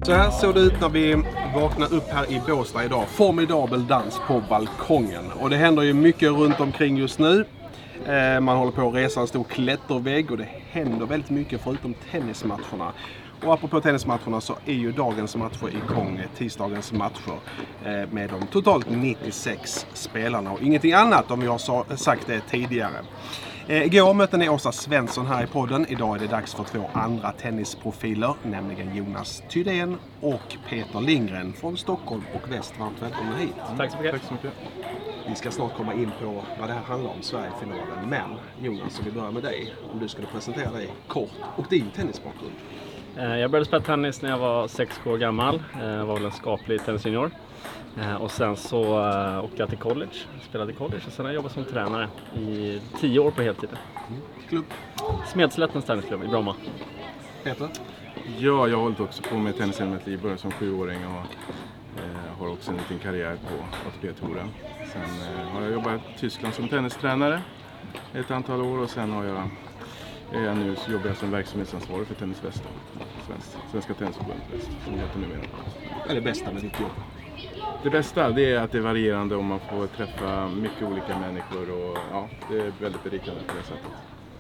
Så här såg det ut när vi vaknade upp här i Båstad idag. Formidabel dans på balkongen. Och det händer ju mycket runt omkring just nu. Man håller på att resa en stor klättervägg och det händer väldigt mycket förutom tennismatcherna. Och apropå tennismatcherna så är ju dagens matcher igång, tisdagens matcher med de totalt 96 spelarna och ingenting annat om vi har sagt det tidigare. Igår mötte ni Åsa Svensson här i podden. Idag är det dags för två andra tennisprofiler, nämligen Jonas Thydén och Peter Lindgren från Stockholm och väst. Varmt välkomna hit. Tack så mycket. Vi ska snart komma in på vad det här handlar om, Sverigefinalen. Men Jonas, om vi börjar med dig, om du skulle presentera dig kort och din tennisbakgrund. Jag började spela tennis när jag var 6 år gammal. Jag var väl en skaplig tennisjunior. Och sen så åkte jag till college, spelade i college och sen har jag jobbat som tränare i 10 år på heltid. Klubb? Smedslättens tennisklubb i Bromma. Peter? Ja, jag har hållit också på med tennis hela mitt liv, började som 7-åring och har också en liten karriär på ATP-touren. Sen har jag jobbat i Tyskland som tennistränare ett antal år och sen nu jobbar jag som verksamhetsansvarig för Tennis Väst, Svenska Tennisförbundet Väst, som heter numera. Vad är det bästa med ditt jobb? Det bästa det är att det är varierande och man får träffa mycket olika människor och ja, det är väldigt berikande på det sättet.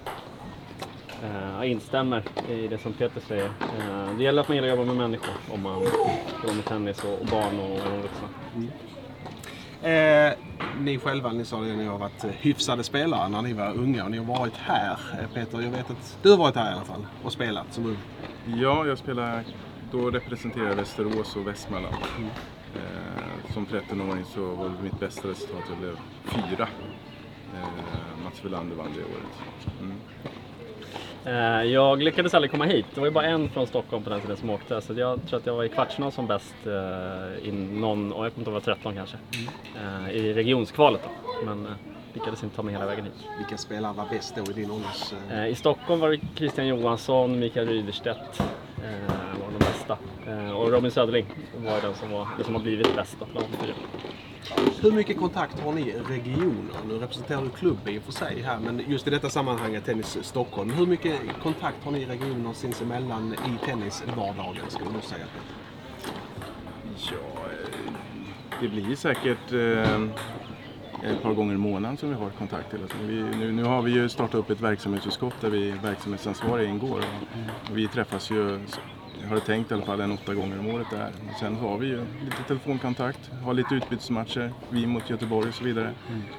Jag instämmer i det som Peter säger. Det gäller att man gillar att jobba med människor om man jobbar med tennis och barn och vuxna. Ni själva, ni sa det, ni har varit hyfsade spelare när ni var unga och ni har varit här. Peter, jag vet att du har varit här i alla fall och spelat som ung. Ja, jag spelar, då representerar jag Västerås och Västmanland. Som 13-åring så var mitt bästa resultat, jag blev 4. Mats Welander vann det året. Jag lyckades aldrig komma hit. Det var ju bara en från Stockholm på den tiden som åkte. Så jag tror att jag var i kvartsfinal som bäst i någon, och jag kommer inte att vara 13 kanske. I regionskvalet då. Men lyckades inte ta mig hela vägen hit. Vilka spelare var bäst då i din ålders? I Stockholm var det Christian Johansson, Mikael Ryderstedt var de bästa. Och Robin Söderling var den som har blivit bäst då, bland de 4. Hur mycket kontakt har ni i regioner? Nu representerar du klubb i och för sig här, men just i detta sammanhang Tennis Stockholm. Hur mycket kontakt har ni i regioner sinsemellan i tennisvardagen, skulle du säga? Ja, det blir säkert ett par gånger i månaden som vi har kontakt till. Nu har vi ju startat upp ett verksamhetsutskott där vi verksamhetsansvariga ingår. Och vi träffas ju, jag har tänkt i alla fall 8 gånger om året där. Och sen har vi ju lite telefonkontakt, har lite utbytesmatcher, vi mot Göteborg och så vidare.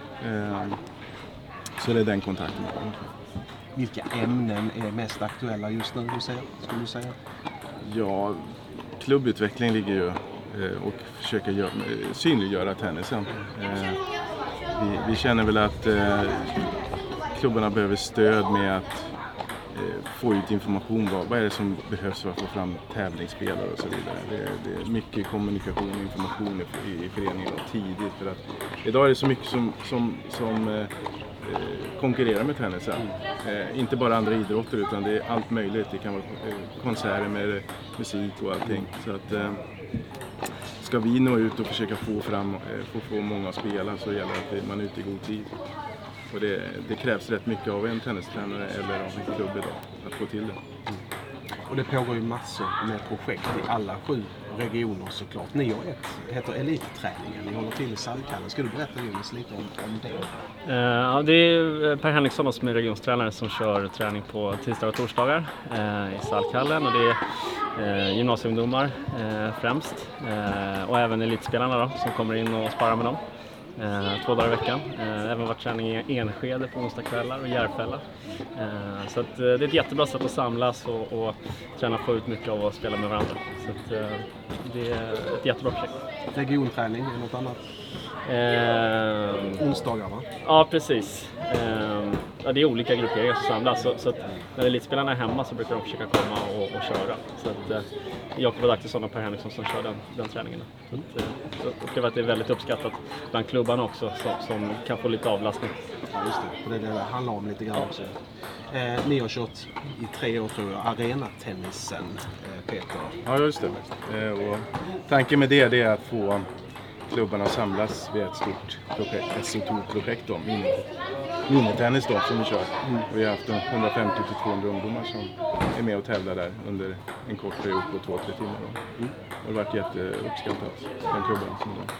Så det är den kontakten. Vilka ämnen är mest aktuella just nu, skulle du säga? Ja, klubbutveckling ligger ju och försöka synliggöra tennisen. Vi känner väl att klubbarna behöver stöd med att få ut information. Vad är det som behövs för att få fram tävlingsspelare och så vidare. Det är mycket kommunikation och information i föreningen tidigt. För att idag är det så mycket som konkurrerar med tennisen. Inte bara andra idrotter utan det är allt möjligt. Det kan vara konserter med musik och allting. Så att ska vi nå ut och försöka få många att spela så gäller det att man är ute i god tid. Och det krävs rätt mycket av en tennistränare eller av en klubb idag att få till det. Och det pågår ju massor med projekt i alla 7 regioner såklart. Ni har ett, heter Elitträningen. Ni håller till i Salkallen. Ska du berätta Jonas lite om det? Ja, det är Per Henriksson som är regionstränare som kör träning på tisdagar och torsdagar i Salkallen. Och det är gymnasieungdomar främst. Och även elitspelarna då, som kommer in och sparar med dem. 2 dagar i veckan. Även varit träning i Enskede på onsdagskvällar och Järfälla. Så att, det är ett jättebra sätt att samlas och träna få ut mycket av att spela med varandra. Så att, det är ett jättebra projekt. Regionträning eller något annat? Onsdagar va? Ja, precis. Ja, det är olika grupperingar som samlas. Så att när elitspelarna är hemma så brukar de försöka komma och köra. Så att Jakob Adaktusson och Per Henriksson som kör den träningen. Så att, jag upplever att det är väldigt uppskattat bland klubbarna också som kan få lite avlastning. Ja, just det. Det handlar om lite grann också. Ni har kört i 3 år tror jag, arenatennisen, Peter. Ja, just det. Och tanken med det är att få klubbarna samlas vid ett stort projekt, ett stort projekt då, minitennis då, som vi kör. Och vi har haft 150-200 ungdomar som är med och tävlar där under en kort period på 2-3 timmar. Det har varit jätteuppskattat, den klubben som var.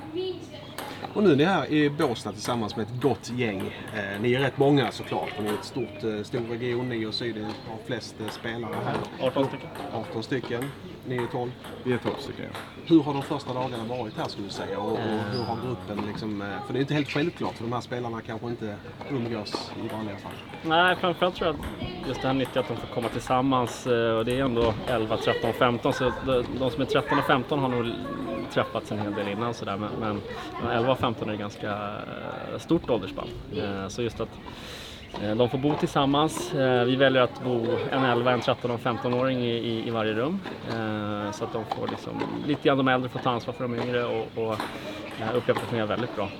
Och nu är ni här i Båstad tillsammans med ett gott gäng. Ni är rätt många såklart. Ni är ett stor region. Ni och Syd har flest spelare här. 18 stycken. 18 stycken. Ni är 12. Vi är 12 stycken. Hur har de första dagarna varit här skulle du säga? Och hur har gruppen liksom... För det är inte helt självklart för de här spelarna kanske inte umgås i vanliga fall. Nej, framförallt tror jag att just det här nyttiga att de får komma tillsammans. Och det är ändå 11, 13 och 15. Så de som är 13 och 15 har nog träffats en hel del innan. Sådär. Men 11 och 15 är ganska stort åldersspann. Så just att de får bo tillsammans. Vi väljer att bo en 11, en 13 och 15-åring i varje rum. Så att de får liksom, lite grann de äldre får ta ansvar för de yngre och upplever att det fungerar väldigt bra.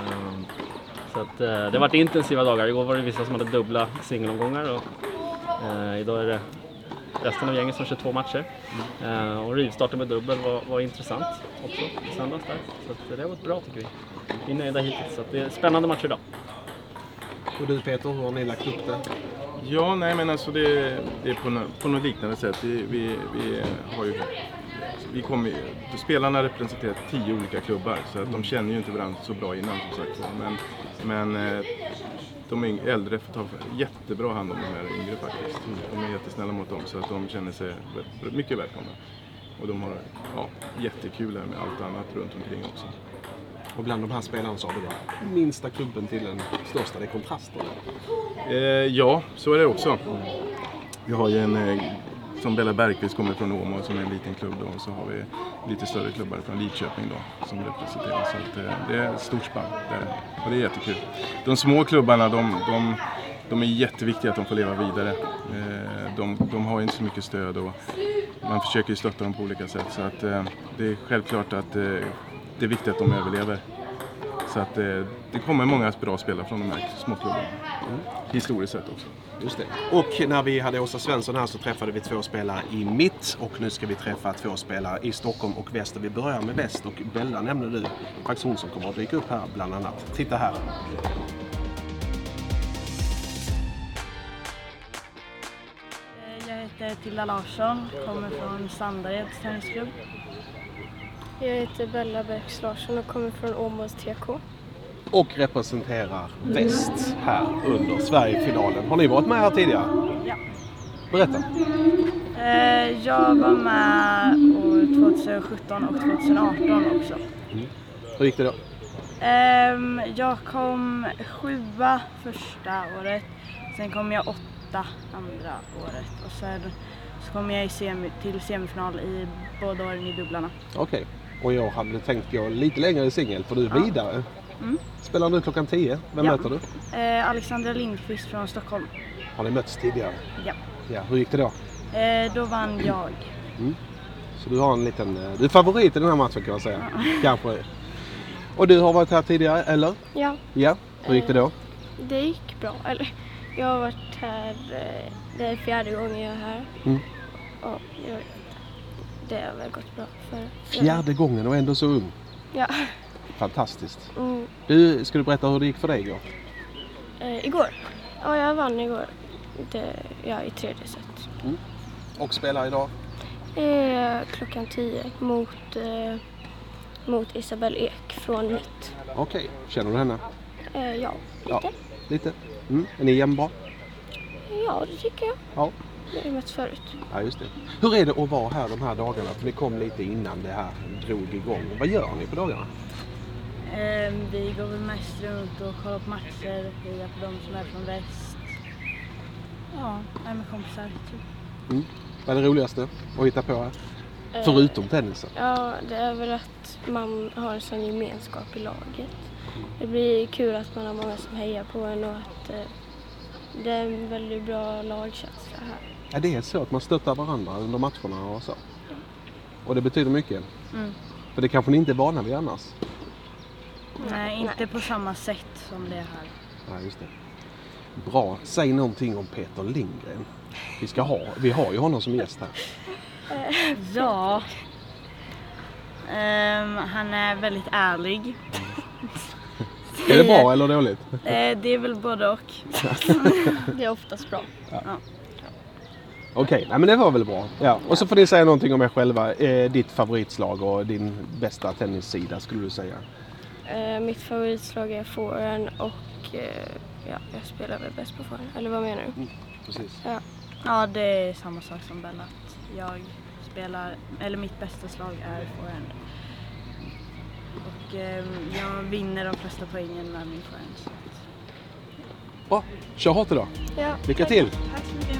Så att det har varit intensiva dagar. Igår var det vissa som hade dubbla singelomgångar och idag är det resten av gänget som kör 2 matcher. Och rivstarten med dubbel var intressant också i söndags där. Så att det har varit bra tycker vi. Vi är nöjda hittills. Så att det är spännande matcher idag. Och du Peter, hur har ni lagt upp det? Ja, nej men alltså det är på något liknande sätt. Vi har ju... spelarna representerar 10 olika klubbar så att de känner ju inte varandra så bra innan som sagt. Men de äldre får ta jättebra hand om de här yngre faktiskt. De är jättesnälla mot dem så att de känner sig mycket välkomna. Och de har jättekul här med allt annat runt omkring också. Och bland de här spelarna så har du den minsta klubben till den största, det är kontraster. Ja, så är det också. Vi har ju en som Bella Bergqvist kommer från Åmo som är en liten klubb då, och så har vi lite större klubbar från Lidköping då som representerar. Så att, det är ett stort spann och det är jättekul. De små klubbarna de är jätteviktiga att de får leva vidare. De har inte så mycket stöd och man försöker ju stötta dem på olika sätt så att det är självklart att det är viktigt att de överlever. Så att det kommer många bra spelare från de här småklubbarna. Historiskt sett också. Just det. Och när vi hade Åsa Svensson här så träffade vi 2 spelare i mitt. Och nu ska vi träffa 2 spelare i Stockholm och väster. Vi börjar med väst och Bella nämnde du. Faktiskt hon som kommer att dyka upp här bland annat. Titta här. Jag heter Tilda Larsson, kommer från Sandareds tennisklubb. Jag heter Bella Bergs Larsson och kommer från Åmåls TK. Och representerar väst här under Sverigefinalen. Har ni varit med här tidigare? Ja. Berätta. Jag var med år 2017 och 2018 också. Hur gick det då? Jag kom 7 första året, sen kom jag 8 andra året och sen så kom jag till semifinal i båda åren i dubblarna. Okej. Och jag hade tänkt gå lite längre i singel för du är vidare. Spelar nu klockan 10. Vem möter du? Alexandra Lindqvist från Stockholm. Har ni mötts tidigare? Ja. Hur gick det då? Då vann jag. Så du har en liten... Du är favorit i den här matchen kan jag säga. Kanske. Och du har varit här tidigare, eller? Ja. Ja. Hur gick det då? Det gick bra. Jag har varit här, det är 4:e gången jag är här. Och det har väl gått bra för 4:e gången och ändå så ung. Ja. Fantastiskt. Du, ska du berätta hur det gick för dig igår? Igår? Ja, jag vann igår. I 3:e set. Och spelar idag? Klockan 10 mot Isabelle Ek från mitt. Okej. Känner du henne? Ja, lite. Ja, lite. Är ni jämnbra? Ja, det tycker jag. Ja. Det har mötts förut. Ja, just det. Hur är det att vara här de här dagarna? För ni kom lite innan det här drog igång. Vad gör ni på dagarna? Vi går väl mest runt och kollar på matcher, hejar på de som är från väst. Ja, är med kompisar typ. Vad är det roligaste att hitta på här? Förutom tennisen? Ja, det är väl att man har en sån gemenskap i laget. Det blir kul att man har många som hejar på en och att det är en väldigt bra lagkänsla här. Ja, det är så att man stöttar varandra under matcherna och så. Och det betyder mycket. För det kanske ni inte är vana vid annars. Nej, inte på samma sätt som det är här. Ja, just det. Bra. Säg någonting om Peter Lindgren. Vi har ju honom som gäst här. Ja. Han är väldigt ärlig. Är det bra eller dåligt? Det är väl både och. Det är oftast bra. Ja. Okej, nej, men det var väl bra. Ja. Och så får ni säga någonting om er själva. Ditt favoritslag och din bästa tennissida skulle du säga. Mitt favoritslag är forehand och jag spelar väl bäst på forehand. Eller vad menar du? Precis. Ja. Ja, det är samma sak som Bella. Mitt bästa slag är forehand. Och jag vinner de flesta poängen med min forehand. Bra, kör hårt idag. Ja. Lycka till! Tack så mycket.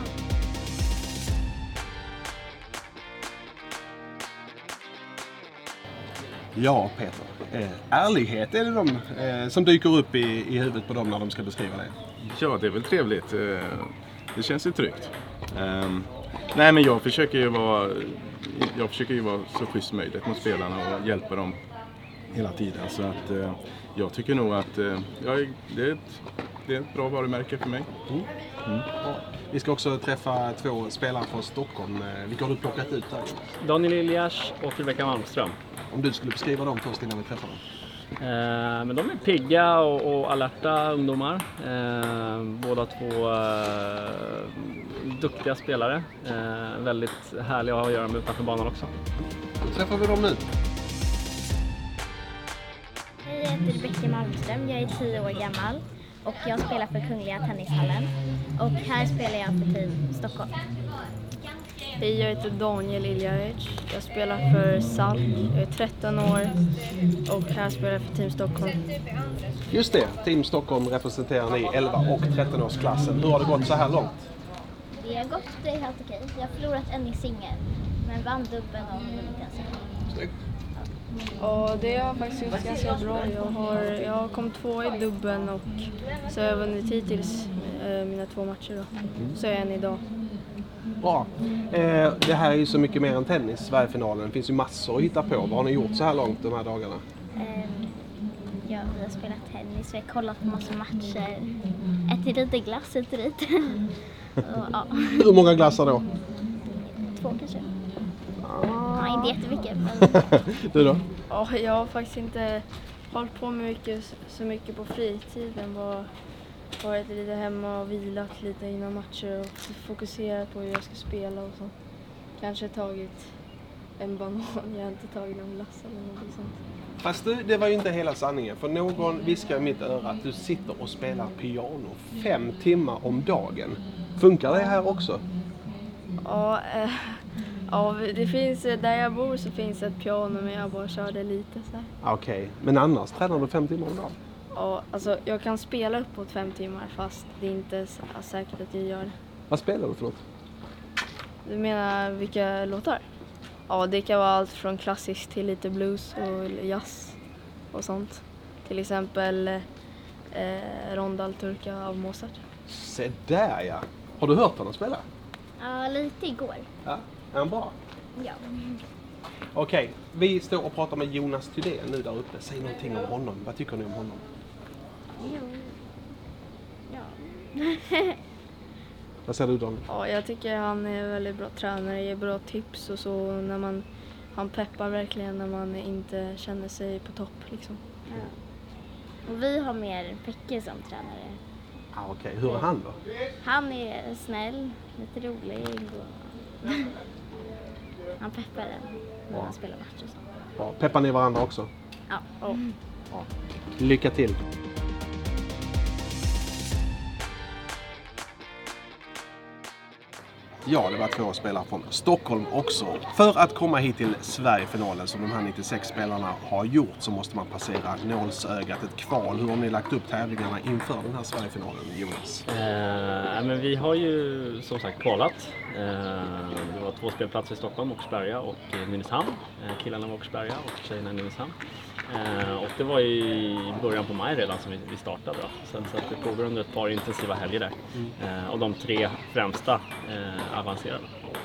Ja, Peter. Ärlighet är det de som dyker upp i huvudet på dem när de ska beskriva det. Ja, det är väl trevligt. Det känns ju tryggt. Nej, men jag försöker ju vara så schysst som möjligt mot spelarna och hjälpa dem hela tiden. Så att jag tycker nog att det är ett bra varumärke för mig. Bra. Vi ska också träffa 2 spelare från Stockholm. Vilka har du plockat ut där? Daniel Iljas och Rebecka Malmström. Om du skulle beskriva dem först innan vi träffar dem. Men de är pigga och alerta ungdomar. Båda 2 duktiga spelare. Väldigt härliga att göra med utanför banan också. Då träffar vi dem nu. Hej, jag heter Rebecka Malmström. Jag är 10 år gammal och jag spelar för Kungliga Tennishallen. Och här spelar jag för Team Stockholm. Hej, jag heter Daniel Iljajic. Jag spelar för SALK. Jag är 13 år och här spelar jag för Team Stockholm. Just det, Team Stockholm representerar ni 11 och 13-årsklassen. Hur har det gått så här långt? Det har gått helt okej. Jag har förlorat en i singel, men vann dubbeln och vunnit en singel. Snyggt. Ja, det har faktiskt gått ganska bra. Jag har kommit 2 i dubbeln och så har jag vunnit hittills mina 2 matcher då. Så är jag en idag. Bra. Det här är ju så mycket mer än tennis, Sverigefinalen. Det finns ju massor att hitta på. Vad har ni gjort så här långt de här dagarna? Ja, vi har spelat tennis, vi har kollat på massa matcher. Ätit lite glass, och, ja. Hur många glassar då? 2 kanske. Ja, inte jättemycket. Men... Du då? Ja, jag har faktiskt inte hållit på med så mycket på fritiden. Bara varit lite hemma och vilat lite innan matcher och fokuserat på hur jag ska spela och så. Kanske tagit en banan, jag har inte tagit någon glass eller något sånt. Fast det var ju inte hela sanningen. För någon viskar i mitt öra att du sitter och spelar piano 5 timmar om dagen. Funkar det här också? Ja, det finns, där jag bor så finns ett piano men jag bara kör det lite så här. Okej, men annars tränar du 5 timmar om dagen? Ja, alltså jag kan spela uppåt 5 timmar fast det är inte säkert att jag gör det. Vad spelar du för något? Du menar vilka låtar? Ja, det kan vara allt från klassiskt till lite blues och jazz och sånt. Till exempel Rondal Turka av Mozart. Se där ja! Har du hört honom spela? Ja, lite igår. Ja, är han bra? Ja. Okej, vi står och pratar med Jonas Thydén nu där uppe. Säg någonting om honom. Vad tycker ni om honom? Ja. Vad säger du Don? Ja, jag tycker han är väldigt bra tränare, ger bra tips och så när han peppar verkligen när man inte känner sig på topp liksom. Ja. Och vi har mer Pekke som tränare. Okej, hur är han då? Han är snäll, lite rolig och han peppar en när man spelar match och så. Bra. Peppar ni varandra också? Ja. Bra. Lycka till! Ja, det var 2 spelare från Stockholm också. För att komma hit till Sverigefinalen som de här 96 spelarna har gjort så måste man passera nålsögat, ett kval. Hur har ni lagt upp tävlingarna inför den här Sverigefinalen, Jonas? Men vi har ju som sagt kvalat. Det var 2 spelplatser i Stockholm, Åkersberga och Nynäshamn. Killarna var Åkersberga och tjejerna i Nynäshamn. Och det var i början på maj redan som vi startade. Då. Så att det pågår under ett par intensiva helger där. Och de 3 främsta avancerade.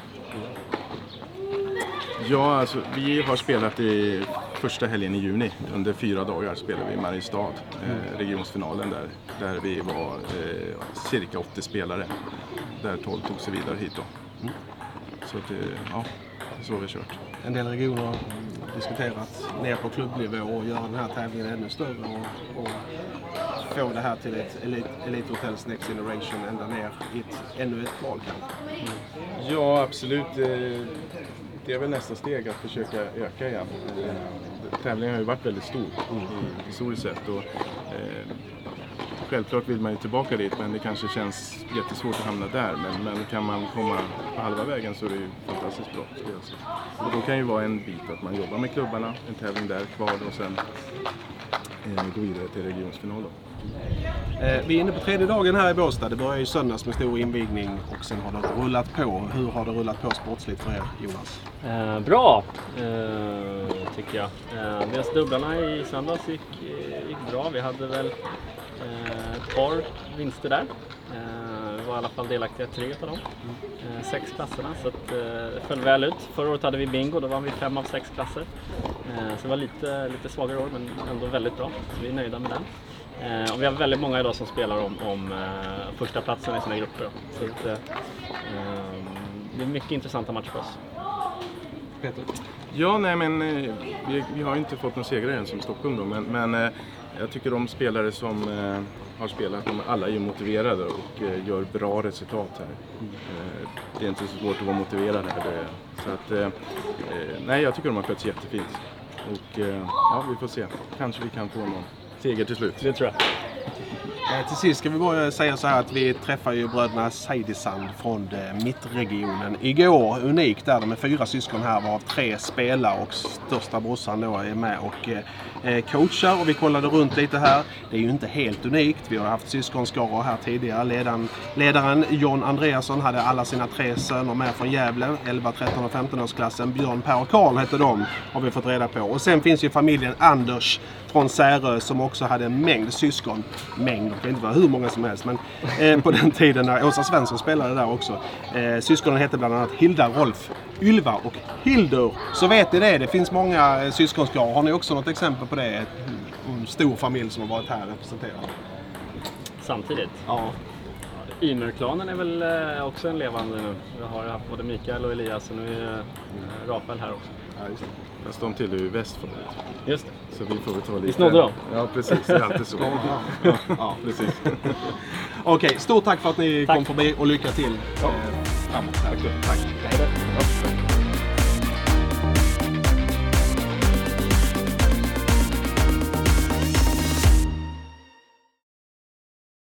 Ja, alltså, vi har spelat i första helgen i juni. Under 4 dagar spelade vi i Mariestad, regionsfinalen där vi var cirka 80 spelare. Där 12 tog sig vidare hit då. Så att, ja, det är så vi har kört. En del regioner diskuterat ner på klubbnivå och göra den här tävlingen ännu större och få det här till ett Elite Hotels Next Generation ända ner i ännu ett val kanske. Ja, absolut. Det är väl nästa steg att försöka öka igen. Tävlingen har ju varit väldigt stor historiskt sett. Och, självklart vill man ju tillbaka dit, men det kanske känns jättesvårt att hamna där. Men kan man komma på halva vägen så är det ju fantastiskt bra. Och då kan ju vara en bit att man jobbar med klubbarna, en tävling där kvar och sen gå vidare till regionsfinal då. Vi är inne på tredje dagen här i Båstad. Det börjar ju söndags med stor invigning och sen har det rullat på. Hur har det rullat på sportsligt för er, Jonas? Bra, tycker jag. Dels dubblarna i söndags gick bra. Vi hade väl ett par vinster där. Vi var i alla fall delaktiga 3 av dem. 6 klasserna, så att, det föll väl ut. Förra året hade vi bingo, då var vi 5 av 6 klasser. Så det var lite svagare år, men ändå väldigt bra. Så vi är nöjda med den. Och vi har väldigt många idag som spelar om första platsen i sina grupper. Så att, det är mycket intressanta matcher för oss. Peter? Ja, nej men vi har inte fått någon segrare än som Stockholm då, men jag tycker de spelare som har spelat, de alla är motiverade och gör bra resultat här. Det är inte så svårt att vara motiverad här. Så att, nej, jag tycker de har skött jättefint. Och ja, vi får se. Kanske vi kan få någon seger till slut. Det tror jag. Till sist ska vi bara säga så här att vi träffar ju bröderna Seidisand från mittregionen igår. Unikt där, de är 4 syskon här varav 3 spelar och största brorsan då är med och coachar. Och vi kollade runt lite här. Det är ju inte helt unikt. Vi har haft syskonskaror här tidigare. Ledaren John Andreasson hade alla sina 3 söner med från Gävle. 11, 13 och 15-årsklassen. Björn, Per och Karl hette de, har vi fått reda på. Och sen finns ju familjen Anders från Särö som också hade en mängd syskon. Det kan inte vara hur många som helst, men på den tiden när Åsa Svensson spelade där också. Syskonen hette bland annat Hilda, Rolf, Ylva och Hildur. Så vet ni det, det finns många syskonskaror. Har ni också något exempel på det? En stor familj som har varit här representerad. Samtidigt? Ja. Ymerklanen är väl också en levande nu. Vi har haft både Mikael och Elias och nu är Rafael här också. Ja, just det. Fast de tillhör ju väst förut. Just det. Så vi får väl ta lite... Vi snodde dem. Ja, precis. Det är alltid så. Ja, precis. Okej, stort tack för att ni kom förbi och lycka till framåt. Tack.